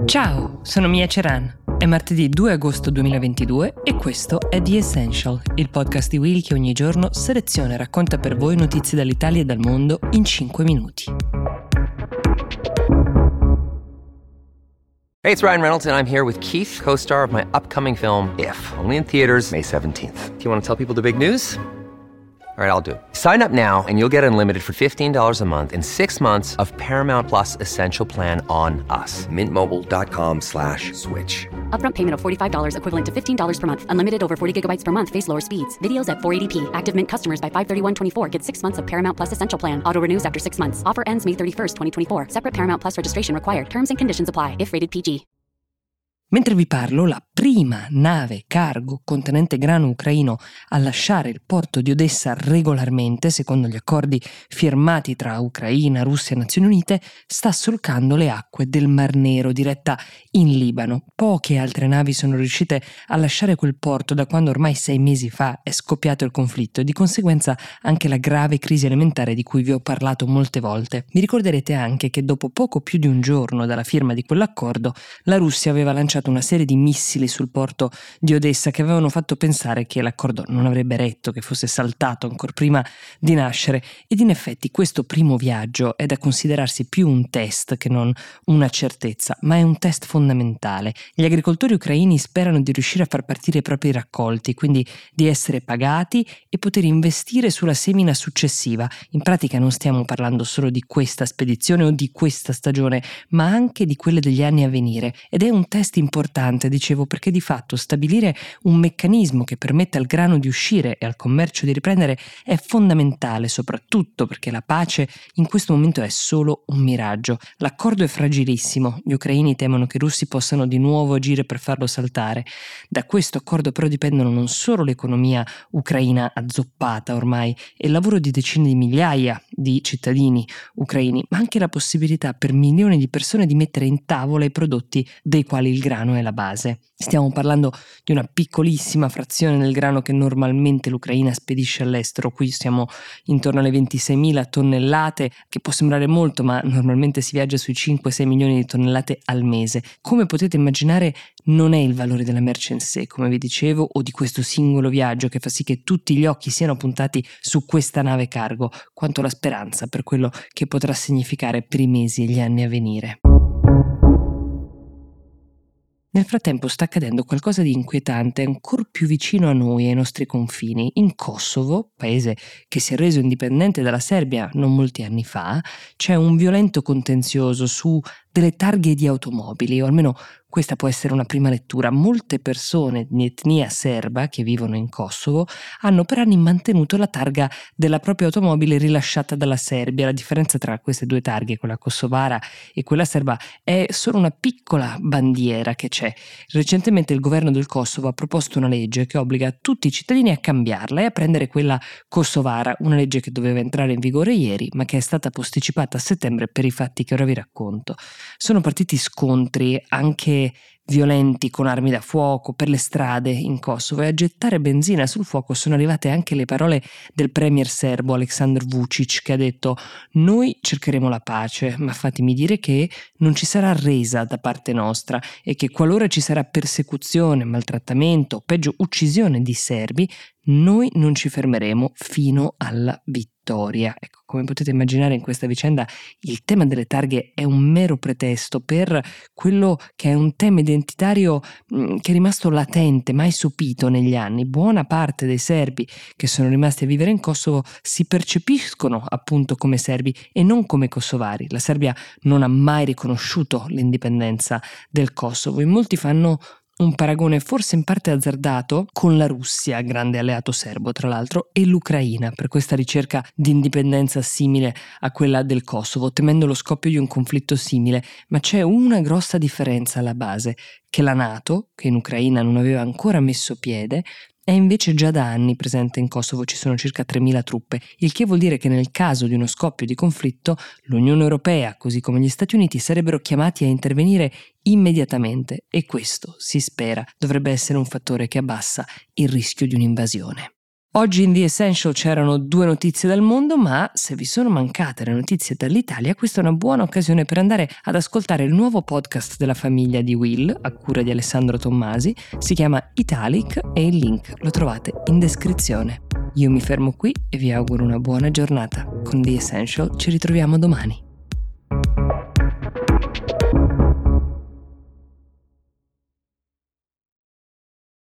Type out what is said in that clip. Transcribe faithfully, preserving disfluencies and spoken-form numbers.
Ciao, sono Mia Ceran. È martedì due agosto duemilaventidue e questo è The Essential, il podcast di Will che ogni giorno seleziona e racconta per voi notizie dall'Italia e dal mondo in cinque minuti. Hey, it's Ryan Reynolds and I'm here with Keith, co-star of my upcoming film, If, only in theaters May seventeenth. Do you want to tell people the big news? All right, I'll do it. Sign up now and you'll get unlimited for fifteen dollars a month and six months of Paramount Plus Essential Plan on us. Mint Mobile dot com slash switch. Upfront payment of forty-five dollars equivalent to fifteen dollars per month. Unlimited over forty gigabytes per month. Face lower speeds. Videos at four eighty p. Active Mint customers by five thirty-one twenty-four get six months of Paramount Plus Essential Plan. Auto renews after six months. Offer ends May thirty-first, twenty twenty-four. Separate Paramount Plus registration required. Terms and conditions apply if rated P G. Mentre vi parlo, la prima nave cargo contenente grano ucraino a lasciare il porto di Odessa regolarmente, secondo gli accordi firmati tra Ucraina, Russia e Nazioni Unite, sta solcando le acque del Mar Nero, diretta in Libano. Poche altre navi sono riuscite a lasciare quel porto da quando ormai sei mesi fa è scoppiato il conflitto e di conseguenza anche la grave crisi alimentare di cui vi ho parlato molte volte. Vi ricorderete anche che dopo poco più di un giorno dalla firma di quell'accordo, la Russia aveva lanciato una serie di missili sul porto di Odessa che avevano fatto pensare che l'accordo non avrebbe retto, che fosse saltato ancora prima di nascere, ed in effetti questo primo viaggio è da considerarsi più un test che non una certezza, ma è un test fondamentale. Gli agricoltori ucraini sperano di riuscire a far partire i propri raccolti, quindi di essere pagati e poter investire sulla semina successiva. In pratica non stiamo parlando solo di questa spedizione o di questa stagione, ma anche di quelle degli anni a venire, ed è un test importante, dicevo, perché di fatto stabilire un meccanismo che permetta al grano di uscire e al commercio di riprendere è fondamentale, soprattutto perché la pace in questo momento è solo un miraggio. L'accordo è fragilissimo, gli ucraini temono che i russi possano di nuovo agire per farlo saltare. Da questo accordo però dipendono non solo l'economia ucraina azzoppata ormai e il lavoro di decine di migliaia di cittadini ucraini, ma anche la possibilità per milioni di persone di mettere in tavola i prodotti dei quali il grano è la base. Stiamo parlando di una piccolissima frazione del grano che normalmente l'Ucraina spedisce all'estero. Qui siamo intorno alle ventiseimila tonnellate, che può sembrare molto, ma normalmente si viaggia sui cinque sei milioni di tonnellate al mese. Come potete immaginare, non è il valore della merce in sé, come vi dicevo, o di questo singolo viaggio che fa sì che tutti gli occhi siano puntati su questa nave cargo, quanto la speranza per quello che potrà significare per i mesi e gli anni a venire. Nel frattempo sta accadendo qualcosa di inquietante ancor più vicino a noi e ai nostri confini. In Kosovo, paese che si è reso indipendente dalla Serbia non molti anni fa, c'è un violento contenzioso su delle targhe di automobili, o almeno questa può essere una prima lettura. Molte persone di etnia serba che vivono in Kosovo hanno per anni mantenuto la targa della propria automobile rilasciata dalla Serbia. La differenza tra queste due targhe, quella kosovara e quella serba, è solo una piccola bandiera che c'è. Recentemente il governo del Kosovo ha proposto una legge che obbliga tutti i cittadini a cambiarla e a prendere quella kosovara, una legge che doveva entrare in vigore ieri, ma che è stata posticipata a settembre per i fatti che ora vi racconto. Sono partiti scontri anche violenti con armi da fuoco per le strade in Kosovo e a gettare benzina sul fuoco sono arrivate anche le parole del premier serbo Aleksandar Vučić, che ha detto: noi cercheremo la pace, ma fatemi dire che non ci sarà resa da parte nostra e che qualora ci sarà persecuzione, maltrattamento o peggio uccisione di serbi, noi non ci fermeremo fino alla vittoria. Ecco, come potete immaginare, in questa vicenda il tema delle targhe è un mero pretesto per quello che è un tema identitario mh, che è rimasto latente, mai sopito negli anni. Buona parte dei serbi che sono rimasti a vivere in Kosovo si percepiscono appunto come serbi e non come kosovari. La Serbia non ha mai riconosciuto l'indipendenza del Kosovo e molti fanno un paragone forse in parte azzardato con la Russia, grande alleato serbo tra l'altro, e l'Ucraina per questa ricerca di indipendenza simile a quella del Kosovo, temendo lo scoppio di un conflitto simile. Ma c'è una grossa differenza alla base, che la NATO, che in Ucraina non aveva ancora messo piede, è invece già da anni presente in Kosovo. Ci sono circa tremila truppe, il che vuol dire che nel caso di uno scoppio di conflitto l'Unione Europea, così come gli Stati Uniti, sarebbero chiamati a intervenire immediatamente e questo, si spera, dovrebbe essere un fattore che abbassa il rischio di un'invasione. Oggi in The Essential c'erano due notizie dal mondo, ma se vi sono mancate le notizie dall'Italia, questa è una buona occasione per andare ad ascoltare il nuovo podcast della famiglia di Will, a cura di Alessandro Tommasi. Si chiama Italic e il link lo trovate in descrizione. Io mi fermo qui e vi auguro una buona giornata. Con The Essential ci ritroviamo domani.